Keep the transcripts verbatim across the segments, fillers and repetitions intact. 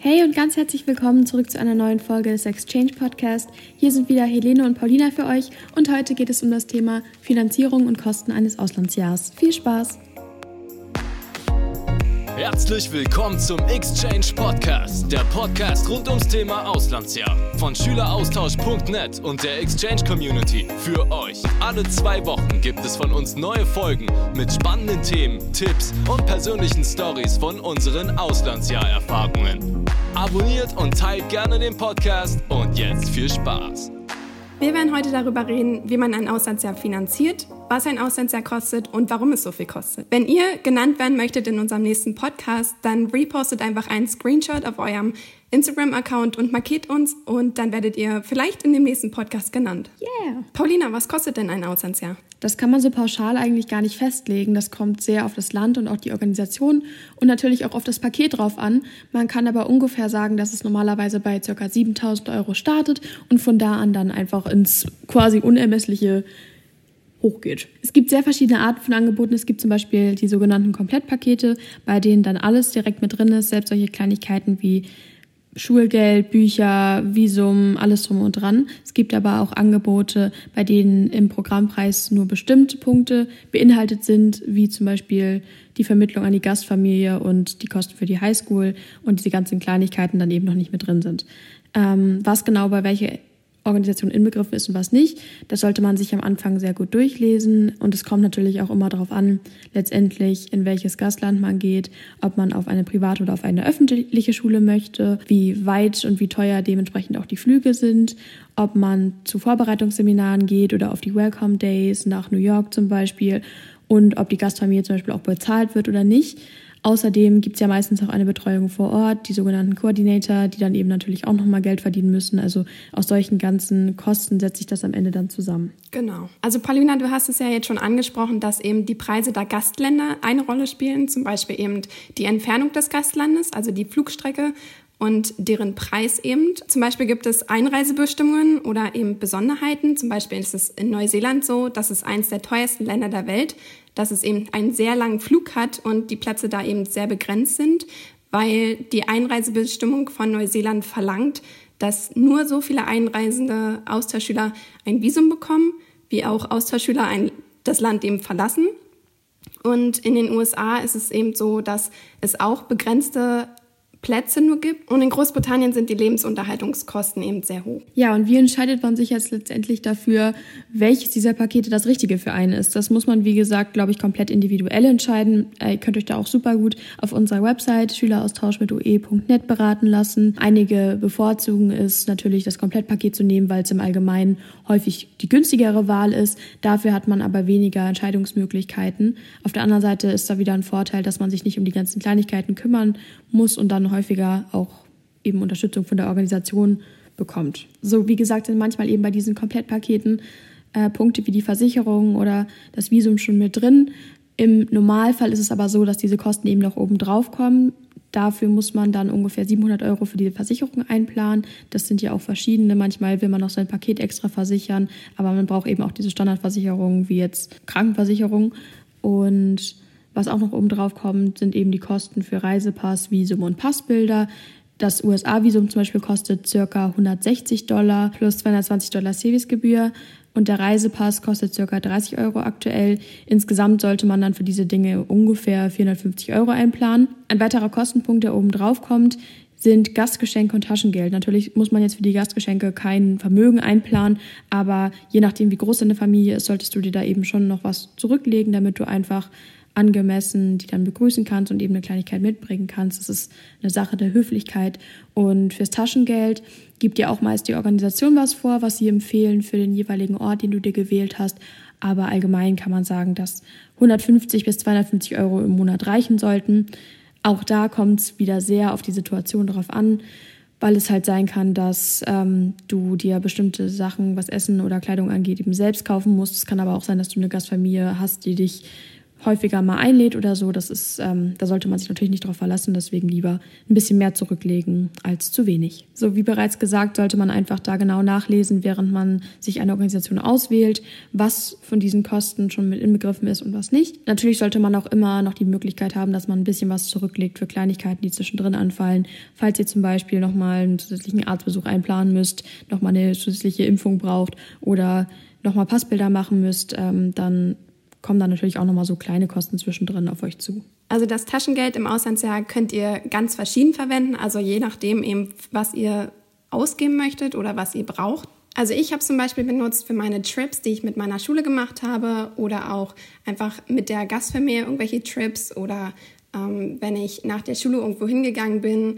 Hey und ganz herzlich willkommen zurück zu einer neuen Folge des Exchange Podcast. Hier sind wieder Helene und Paulina für euch und heute geht es um das Thema Finanzierung und Kosten eines Auslandsjahres. Viel Spaß! Herzlich willkommen zum Exchange Podcast, der Podcast rund ums Thema Auslandsjahr von schüleraustausch punkt net und der Exchange Community für euch. Alle zwei Wochen gibt es von uns neue Folgen mit spannenden Themen, Tipps und persönlichen Stories von unseren Auslandsjahrerfahrungen. Abonniert und teilt gerne den Podcast und jetzt viel Spaß. Wir werden heute darüber reden, wie man ein Auslandsjahr finanziert, was ein Auslandsjahr kostet und warum es so viel kostet. Wenn ihr genannt werden möchtet in unserem nächsten Podcast, dann repostet einfach einen Screenshot auf eurem Instagram-Account und markiert uns und dann werdet ihr vielleicht in dem nächsten Podcast genannt. Yeah! Paulina, was kostet denn ein Auslandsjahr? Das kann man so pauschal eigentlich gar nicht festlegen. Das kommt sehr auf das Land und auch die Organisation und natürlich auch auf das Paket drauf an. Man kann aber ungefähr sagen, dass es normalerweise bei ca. siebentausend Euro startet und von da an dann einfach ins quasi Unermessliche hochgeht. Es gibt sehr verschiedene Arten von Angeboten. Es gibt zum Beispiel die sogenannten Komplettpakete, bei denen dann alles direkt mit drin ist, selbst solche Kleinigkeiten wie Schulgeld, Bücher, Visum, alles drum und dran. Es gibt aber auch Angebote, bei denen im Programmpreis nur bestimmte Punkte beinhaltet sind, wie zum Beispiel die Vermittlung an die Gastfamilie und die Kosten für die Highschool und diese ganzen Kleinigkeiten dann eben noch nicht mit drin sind. Ähm, was genau bei welcher Organisation inbegriffen ist und was nicht, das sollte man sich am Anfang sehr gut durchlesen und es kommt natürlich auch immer darauf an, letztendlich in welches Gastland man geht, ob man auf eine private oder auf eine öffentliche Schule möchte, wie weit und wie teuer dementsprechend auch die Flüge sind, ob man zu Vorbereitungsseminaren geht oder auf die Welcome Days nach New York zum Beispiel und ob die Gastfamilie zum Beispiel auch bezahlt wird oder nicht. Außerdem gibt es ja meistens auch eine Betreuung vor Ort, die sogenannten Coordinator, die dann eben natürlich auch nochmal Geld verdienen müssen. Also aus solchen ganzen Kosten setzt sich das am Ende dann zusammen. Genau. Also Paulina, du hast es ja jetzt schon angesprochen, dass eben die Preise der Gastländer eine Rolle spielen. Zum Beispiel eben die Entfernung des Gastlandes, also die Flugstrecke und deren Preis eben. Zum Beispiel gibt es Einreisebestimmungen oder eben Besonderheiten. Zum Beispiel ist es in Neuseeland so, dass es eines der teuersten Länder der Welt, dass es eben einen sehr langen Flug hat und die Plätze da eben sehr begrenzt sind, weil die Einreisebestimmung von Neuseeland verlangt, dass nur so viele einreisende Austauschschüler ein Visum bekommen, wie auch Austauschschüler ein, das Land eben verlassen. Und in den U S A ist es eben so, dass es auch begrenzte Plätze nur gibt. Und in Großbritannien sind die Lebensunterhaltungskosten eben sehr hoch. Ja, und wie entscheidet man sich jetzt letztendlich dafür, welches dieser Pakete das Richtige für einen ist? Das muss man, wie gesagt, glaube ich, komplett individuell entscheiden. Ihr könnt euch da auch super gut auf unserer Website schüleraustausch mit u e punkt net beraten lassen. Einige bevorzugen es natürlich, das Komplettpaket zu nehmen, weil es im Allgemeinen häufig die günstigere Wahl ist. Dafür hat man aber weniger Entscheidungsmöglichkeiten. Auf der anderen Seite ist da wieder ein Vorteil, dass man sich nicht um die ganzen Kleinigkeiten kümmern muss und dann häufiger auch eben Unterstützung von der Organisation bekommt. So wie gesagt sind manchmal eben bei diesen Komplettpaketen äh, Punkte wie die Versicherung oder das Visum schon mit drin. Im Normalfall ist es aber so, dass diese Kosten eben noch oben drauf kommen. Dafür muss man dann ungefähr siebenhundert Euro für die Versicherung einplanen. Das sind ja auch verschiedene. Manchmal will man noch sein Paket extra versichern, aber man braucht eben auch diese Standardversicherungen wie jetzt Krankenversicherung. Und was auch noch oben drauf kommt, sind eben die Kosten für Reisepass, Visum und Passbilder. Das U S A-Visum zum Beispiel kostet ca. hundertsechzig Dollar plus zweihundertzwanzig Dollar Servicegebühr und der Reisepass kostet ca. dreißig Euro aktuell. Insgesamt sollte man dann für diese Dinge ungefähr vierhundertfünfzig Euro einplanen. Ein weiterer Kostenpunkt, der oben drauf kommt, sind Gastgeschenke und Taschengeld. Natürlich muss man jetzt für die Gastgeschenke kein Vermögen einplanen, aber je nachdem, wie groß deine Familie ist, solltest du dir da eben schon noch was zurücklegen, damit du einfach angemessen die dann begrüßen kannst und eben eine Kleinigkeit mitbringen kannst. Das ist eine Sache der Höflichkeit. Und fürs Taschengeld gibt dir auch meist die Organisation was vor, was sie empfehlen für den jeweiligen Ort, den du dir gewählt hast. Aber allgemein kann man sagen, dass hundertfünfzig bis zweihundertfünfzig Euro im Monat reichen sollten. Auch da kommt es wieder sehr auf die Situation drauf an, weil es halt sein kann, dass ähm, du dir bestimmte Sachen, was Essen oder Kleidung angeht, eben selbst kaufen musst. Es kann aber auch sein, dass du eine Gastfamilie hast, die dich häufiger mal einlädt oder so, das ist, ähm, da sollte man sich natürlich nicht drauf verlassen, deswegen lieber ein bisschen mehr zurücklegen als zu wenig. So wie bereits gesagt, sollte man einfach da genau nachlesen, während man sich eine Organisation auswählt, was von diesen Kosten schon mit inbegriffen ist und was nicht. Natürlich sollte man auch immer noch die Möglichkeit haben, dass man ein bisschen was zurücklegt für Kleinigkeiten, die zwischendrin anfallen. Falls ihr zum Beispiel nochmal einen zusätzlichen Arztbesuch einplanen müsst, nochmal eine zusätzliche Impfung braucht oder nochmal Passbilder machen müsst, ähm, dann kommen dann natürlich auch nochmal so kleine Kosten zwischendrin auf euch zu. Also das Taschengeld im Auslandsjahr könnt ihr ganz verschieden verwenden, also je nachdem eben, was ihr ausgeben möchtet oder was ihr braucht. Also ich habe zum Beispiel benutzt für meine Trips, die ich mit meiner Schule gemacht habe oder auch einfach mit der Gastfamilie irgendwelche Trips oder ähm, wenn ich nach der Schule irgendwo hingegangen bin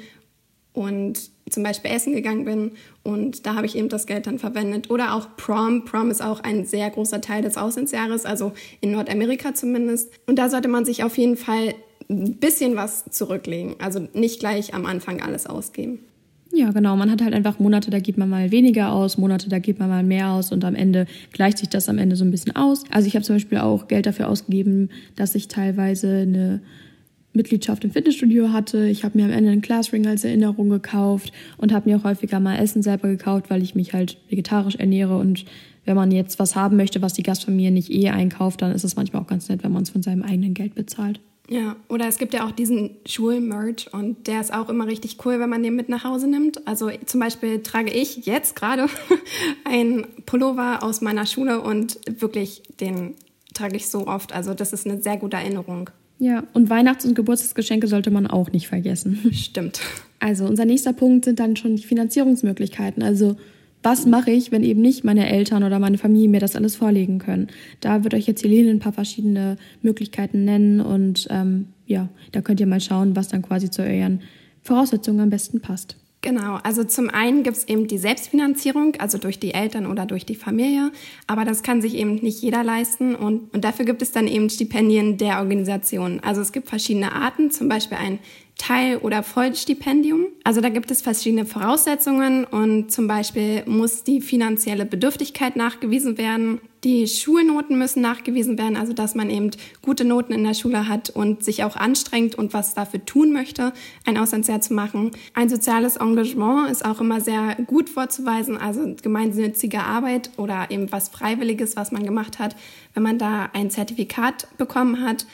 und zum Beispiel essen gegangen bin und da habe ich eben das Geld dann verwendet. Oder auch Prom. Prom ist auch ein sehr großer Teil des Auslandsjahres, also in Nordamerika zumindest. Und da sollte man sich auf jeden Fall ein bisschen was zurücklegen, also nicht gleich am Anfang alles ausgeben. Ja, genau. Man hat halt einfach Monate, da gibt man mal weniger aus, Monate, da gibt man mal mehr aus und am Ende gleicht sich das am Ende so ein bisschen aus. Also ich habe zum Beispiel auch Geld dafür ausgegeben, dass ich teilweise eine Mitgliedschaft im Fitnessstudio hatte. Ich habe mir am Ende einen Classring als Erinnerung gekauft und habe mir auch häufiger mal Essen selber gekauft, weil ich mich halt vegetarisch ernähre. Und wenn man jetzt was haben möchte, was die Gastfamilie nicht eh einkauft, dann ist es manchmal auch ganz nett, wenn man es von seinem eigenen Geld bezahlt. Ja, oder es gibt ja auch diesen Schulmerch und der ist auch immer richtig cool, wenn man den mit nach Hause nimmt. Also zum Beispiel trage ich jetzt gerade einen Pullover aus meiner Schule und wirklich, den trage ich so oft. Also das ist eine sehr gute Erinnerung. Ja, und Weihnachts- und Geburtstagsgeschenke sollte man auch nicht vergessen. Stimmt. Also unser nächster Punkt sind dann schon die Finanzierungsmöglichkeiten. Also was mache ich, wenn eben nicht meine Eltern oder meine Familie mir das alles vorlegen können? Da wird euch jetzt Helene ein paar verschiedene Möglichkeiten nennen und ähm, ja, da könnt ihr mal schauen, was dann quasi zu euren Voraussetzungen am besten passt. Genau, also zum einen gibt es eben die Selbstfinanzierung, also durch die Eltern oder durch die Familie, aber das kann sich eben nicht jeder leisten und, und dafür gibt es dann eben Stipendien der Organisation. Also es gibt verschiedene Arten, zum Beispiel ein Teil- oder Vollstipendium. Also da gibt es verschiedene Voraussetzungen und zum Beispiel muss die finanzielle Bedürftigkeit nachgewiesen werden. Die Schulnoten müssen nachgewiesen werden, also dass man eben gute Noten in der Schule hat und sich auch anstrengt und was dafür tun möchte, ein Auslandsjahr zu machen. Ein soziales Engagement ist auch immer sehr gut vorzuweisen, also gemeinnützige Arbeit oder eben was Freiwilliges, was man gemacht hat, wenn man da ein Zertifikat bekommen hat.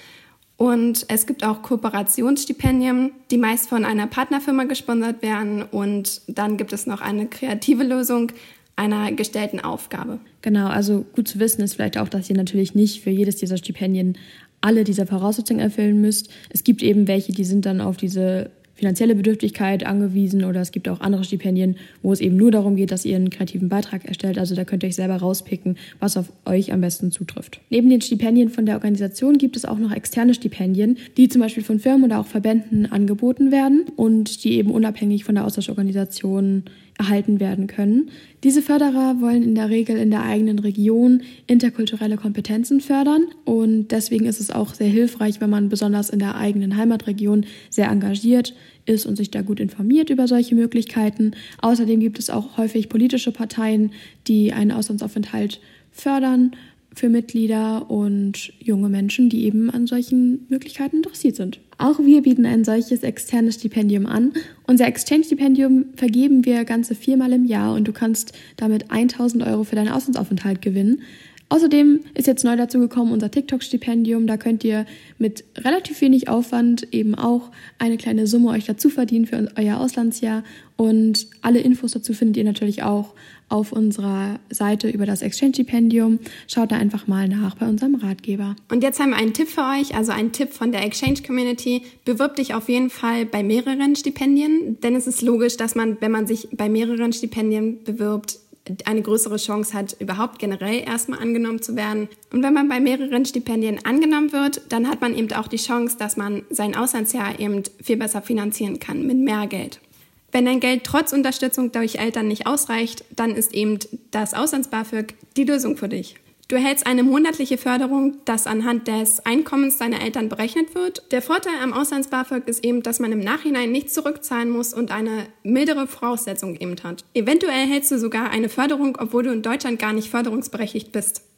Und es gibt auch Kooperationsstipendien, die meist von einer Partnerfirma gesponsert werden. Und dann gibt es noch eine kreative Lösung einer gestellten Aufgabe. Genau, also gut zu wissen ist vielleicht auch, dass ihr natürlich nicht für jedes dieser Stipendien alle dieser Voraussetzungen erfüllen müsst. Es gibt eben welche, die sind dann auf diese finanzielle Bedürftigkeit angewiesen oder es gibt auch andere Stipendien, wo es eben nur darum geht, dass ihr einen kreativen Beitrag erstellt. Also da könnt ihr euch selber rauspicken, was auf euch am besten zutrifft. Neben den Stipendien von der Organisation gibt es auch noch externe Stipendien, die zum Beispiel von Firmen oder auch Verbänden angeboten werden und die eben unabhängig von der Austauschorganisation erhalten werden können. Diese Förderer wollen in der Regel in der eigenen Region interkulturelle Kompetenzen fördern und deswegen ist es auch sehr hilfreich, wenn man besonders in der eigenen Heimatregion sehr engagiert ist und sich da gut informiert über solche Möglichkeiten. Außerdem gibt es auch häufig politische Parteien, die einen Auslandsaufenthalt fördern für Mitglieder und junge Menschen, die eben an solchen Möglichkeiten interessiert sind. Auch wir bieten ein solches externes Stipendium an. Unser Exchange-Stipendium vergeben wir ganze viermal im Jahr und du kannst damit tausend Euro für deinen Auslandsaufenthalt gewinnen. Außerdem ist jetzt neu dazu gekommen unser TikTok-Stipendium. Da könnt ihr mit relativ wenig Aufwand eben auch eine kleine Summe euch dazu verdienen für euer Auslandsjahr. Und alle Infos dazu findet ihr natürlich auch auf unserer Seite über das Exchange-Stipendium. Schaut da einfach mal nach bei unserem Ratgeber. Und jetzt haben wir einen Tipp für euch, also einen Tipp von der Exchange-Community. Bewirb dich auf jeden Fall bei mehreren Stipendien, denn es ist logisch, dass man, wenn man sich bei mehreren Stipendien bewirbt, eine größere Chance hat, überhaupt generell erstmal angenommen zu werden. Und wenn man bei mehreren Stipendien angenommen wird, dann hat man eben auch die Chance, dass man sein Auslandsjahr eben viel besser finanzieren kann, mit mehr Geld. Wenn dein Geld trotz Unterstützung durch Eltern nicht ausreicht, dann ist eben das Auslands-BAföG die Lösung für dich. Du erhältst eine monatliche Förderung, das anhand des Einkommens deiner Eltern berechnet wird. Der Vorteil am Auslands-BAföG ist eben, dass man im Nachhinein nichts zurückzahlen muss und eine mildere Voraussetzung eben hat. Eventuell erhältst du sogar eine Förderung, obwohl du in Deutschland gar nicht förderungsberechtigt bist.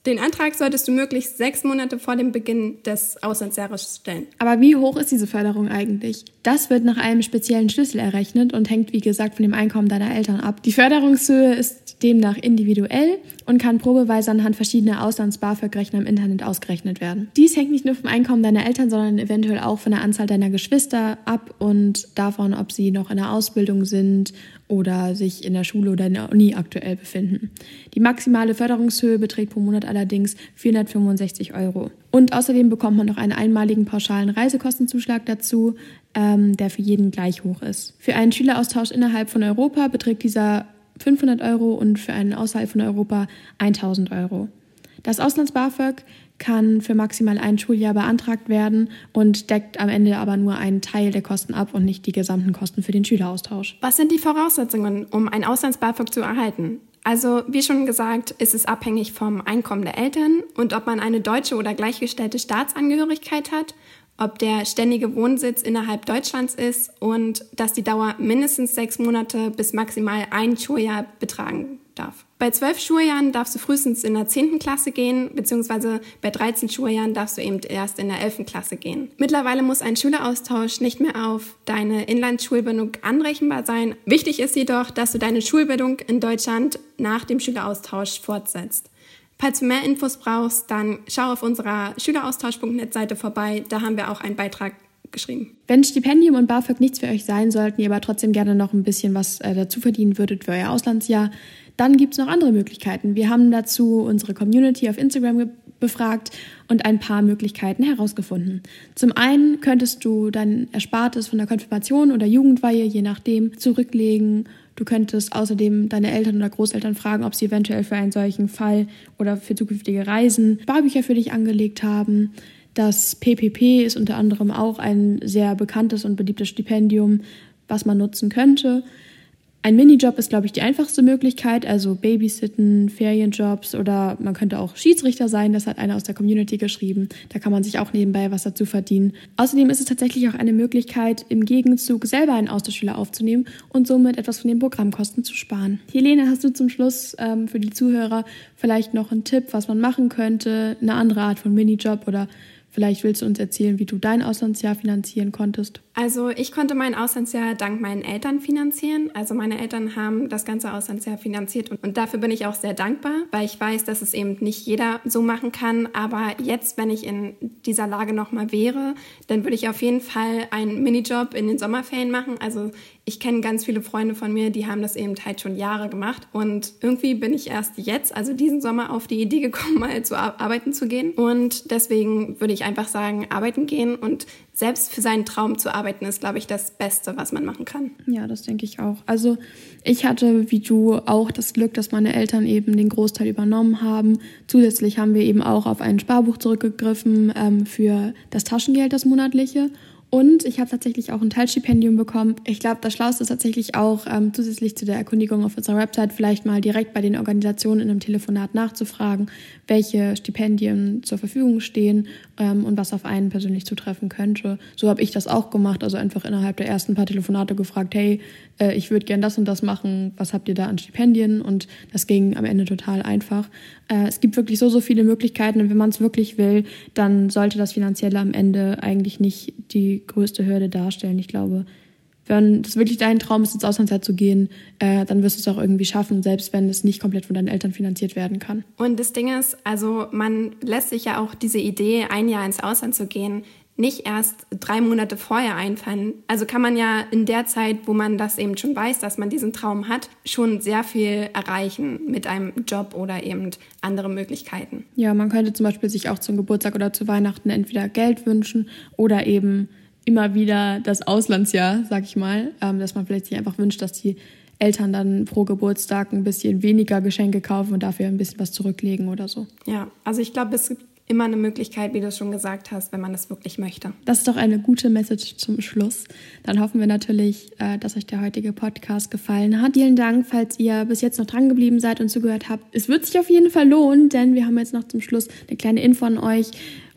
Den Antrag solltest du möglichst sechs Monate vor dem Beginn des Auslandsjahres stellen. Aber wie hoch ist diese Förderung eigentlich? Das wird nach einem speziellen Schlüssel errechnet und hängt, wie gesagt, von dem Einkommen deiner Eltern ab. Die Förderungshöhe ist demnach individuell und kann probeweise anhand verschiedener Auslands-BAföG-Rechner im Internet ausgerechnet werden. Dies hängt nicht nur vom Einkommen deiner Eltern, sondern eventuell auch von der Anzahl deiner Geschwister ab und davon, ob sie noch in der Ausbildung sind oder sich in der Schule oder in der Uni aktuell befinden. Die maximale Förderungshöhe beträgt pro Monat allerdings vierhundertfünfundsechzig Euro. Und außerdem bekommt man noch einen einmaligen pauschalen Reisekostenzuschlag dazu, ähm, der für jeden gleich hoch ist. Für einen Schüleraustausch innerhalb von Europa beträgt dieser fünfhundert Euro und für einen außerhalb von Europa tausend Euro. Das Auslands-BAföG kann für maximal ein Schuljahr beantragt werden und deckt am Ende aber nur einen Teil der Kosten ab und nicht die gesamten Kosten für den Schüleraustausch. Was sind die Voraussetzungen, um ein Auslands-BAföG zu erhalten? Also, wie schon gesagt, ist es abhängig vom Einkommen der Eltern und ob man eine deutsche oder gleichgestellte Staatsangehörigkeit hat, ob der ständige Wohnsitz innerhalb Deutschlands ist und dass die Dauer mindestens sechs Monate bis maximal ein Schuljahr betragen darf. Bei zwölf Schuljahren darfst du frühestens in der zehnten Klasse gehen, beziehungsweise bei dreizehn Schuljahren darfst du eben erst in der elften Klasse gehen. Mittlerweile muss ein Schüleraustausch nicht mehr auf deine Inlandsschulbildung anrechenbar sein. Wichtig ist jedoch, dass du deine Schulbildung in Deutschland nach dem Schüleraustausch fortsetzt. Falls du mehr Infos brauchst, dann schau auf unserer schüleraustausch punkt net Seite vorbei, da haben wir auch einen Beitrag geschrieben. Wenn Stipendium und BAföG nichts für euch sein sollten, ihr aber trotzdem gerne noch ein bisschen was äh, dazu verdienen würdet für euer Auslandsjahr, dann gibt es noch andere Möglichkeiten. Wir haben dazu unsere Community auf Instagram ge- befragt und ein paar Möglichkeiten herausgefunden. Zum einen könntest du dein Erspartes von der Konfirmation oder Jugendweihe, je nachdem, zurücklegen. Du könntest außerdem deine Eltern oder Großeltern fragen, ob sie eventuell für einen solchen Fall oder für zukünftige Reisen Sparbücher für dich angelegt haben. Das P P P ist unter anderem auch ein sehr bekanntes und beliebtes Stipendium, was man nutzen könnte. Ein Minijob ist, glaube ich, die einfachste Möglichkeit, also Babysitten, Ferienjobs oder man könnte auch Schiedsrichter sein, das hat einer aus der Community geschrieben. Da kann man sich auch nebenbei was dazu verdienen. Außerdem ist es tatsächlich auch eine Möglichkeit, im Gegenzug selber einen Austauschschüler aufzunehmen und somit etwas von den Programmkosten zu sparen. Helene, hast du zum Schluss ähm, für die Zuhörer vielleicht noch einen Tipp, was man machen könnte, eine andere Art von Minijob oder vielleicht willst du uns erzählen, wie du dein Auslandsjahr finanzieren konntest? Also ich konnte mein Auslandsjahr dank meinen Eltern finanzieren. Also meine Eltern haben das ganze Auslandsjahr finanziert und, und dafür bin ich auch sehr dankbar, weil ich weiß, dass es eben nicht jeder so machen kann. Aber jetzt, wenn ich in dieser Lage nochmal wäre, dann würde ich auf jeden Fall einen Minijob in den Sommerferien machen. Also ich kenne ganz viele Freunde von mir, die haben das eben halt schon Jahre gemacht und irgendwie bin ich erst jetzt, also diesen Sommer, auf die Idee gekommen, mal zu arbeiten zu gehen. Und deswegen würde ich einfach sagen, arbeiten gehen und selbst für seinen Traum zu arbeiten, ist, glaube ich, das Beste, was man machen kann. Ja, das denke ich auch. Also ich hatte, wie du, auch das Glück, dass meine Eltern eben den Großteil übernommen haben. Zusätzlich haben wir eben auch auf ein Sparbuch zurückgegriffen ähm, für das Taschengeld, das monatliche. Und ich habe tatsächlich auch ein Teilstipendium bekommen. Ich glaube, das Schlauste ist tatsächlich auch, ähm, zusätzlich zu der Erkundigung auf unserer Website, vielleicht mal direkt bei den Organisationen in einem Telefonat nachzufragen, welche Stipendien zur Verfügung stehen ähm, und was auf einen persönlich zutreffen könnte. So habe ich das auch gemacht, also einfach innerhalb der ersten paar Telefonate gefragt, hey, äh, ich würde gern das und das machen, was habt ihr da an Stipendien? Und das ging am Ende total einfach. Äh, es gibt wirklich so, so viele Möglichkeiten und wenn man es wirklich will, dann sollte das Finanzielle am Ende eigentlich nicht die größte Hürde darstellen. Ich glaube, wenn das wirklich dein Traum ist, ins Auslandsjahr zu gehen, äh, dann wirst du es auch irgendwie schaffen, selbst wenn es nicht komplett von deinen Eltern finanziert werden kann. Und das Ding ist, also man lässt sich ja auch diese Idee, ein Jahr ins Ausland zu gehen, nicht erst drei Monate vorher einfallen. Also kann man ja in der Zeit, wo man das eben schon weiß, dass man diesen Traum hat, schon sehr viel erreichen mit einem Job oder eben andere Möglichkeiten. Ja, man könnte zum Beispiel sich auch zum Geburtstag oder zu Weihnachten entweder Geld wünschen oder eben immer wieder das Auslandsjahr, sag ich mal, ähm, dass man vielleicht sich einfach wünscht, dass die Eltern dann pro Geburtstag ein bisschen weniger Geschenke kaufen und dafür ein bisschen was zurücklegen oder so. Ja, also ich glaube, es gibt immer eine Möglichkeit, wie du es schon gesagt hast, wenn man das wirklich möchte. Das ist doch eine gute Message zum Schluss. Dann hoffen wir natürlich, dass euch der heutige Podcast gefallen hat. Vielen Dank, falls ihr bis jetzt noch dran geblieben seid und zugehört habt. Es wird sich auf jeden Fall lohnen, denn wir haben jetzt noch zum Schluss eine kleine Info an euch.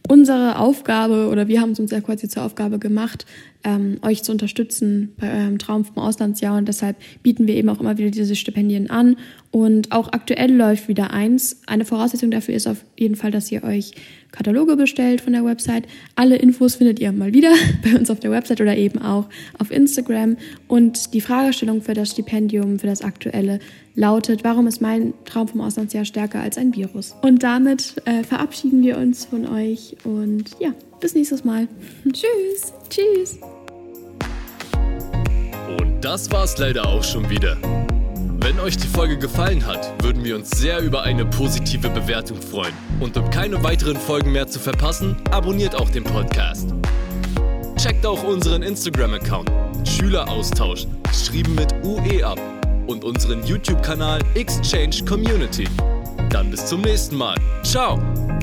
unsere Aufgabe, oder wir haben es uns ja quasi zur Aufgabe gemacht, ähm, euch zu unterstützen bei eurem Traum vom Auslandsjahr, und deshalb bieten wir eben auch immer wieder diese Stipendien an. Und auch aktuell läuft wieder eins. Eine Voraussetzung dafür ist auf jeden Fall, dass ihr euch Kataloge bestellt von der Website. Alle Infos findet ihr mal wieder bei uns auf der Website oder eben auch auf Instagram. Und die Fragestellung für das Stipendium, für das aktuelle, lautet: Warum ist mein Traum vom Auslandsjahr stärker als ein Virus? Und damit äh, verabschieden wir uns von euch und ja, bis nächstes Mal. Tschüss. Tschüss. Und das war's leider auch schon wieder. Wenn euch die Folge gefallen hat, würden wir uns sehr über eine positive Bewertung freuen. Und um keine weiteren Folgen mehr zu verpassen, abonniert auch den Podcast. Checkt auch unseren Instagram-Account Schüleraustausch, geschrieben mit U E ab, und unseren YouTube-Kanal Exchange Community. Dann bis zum nächsten Mal. Ciao!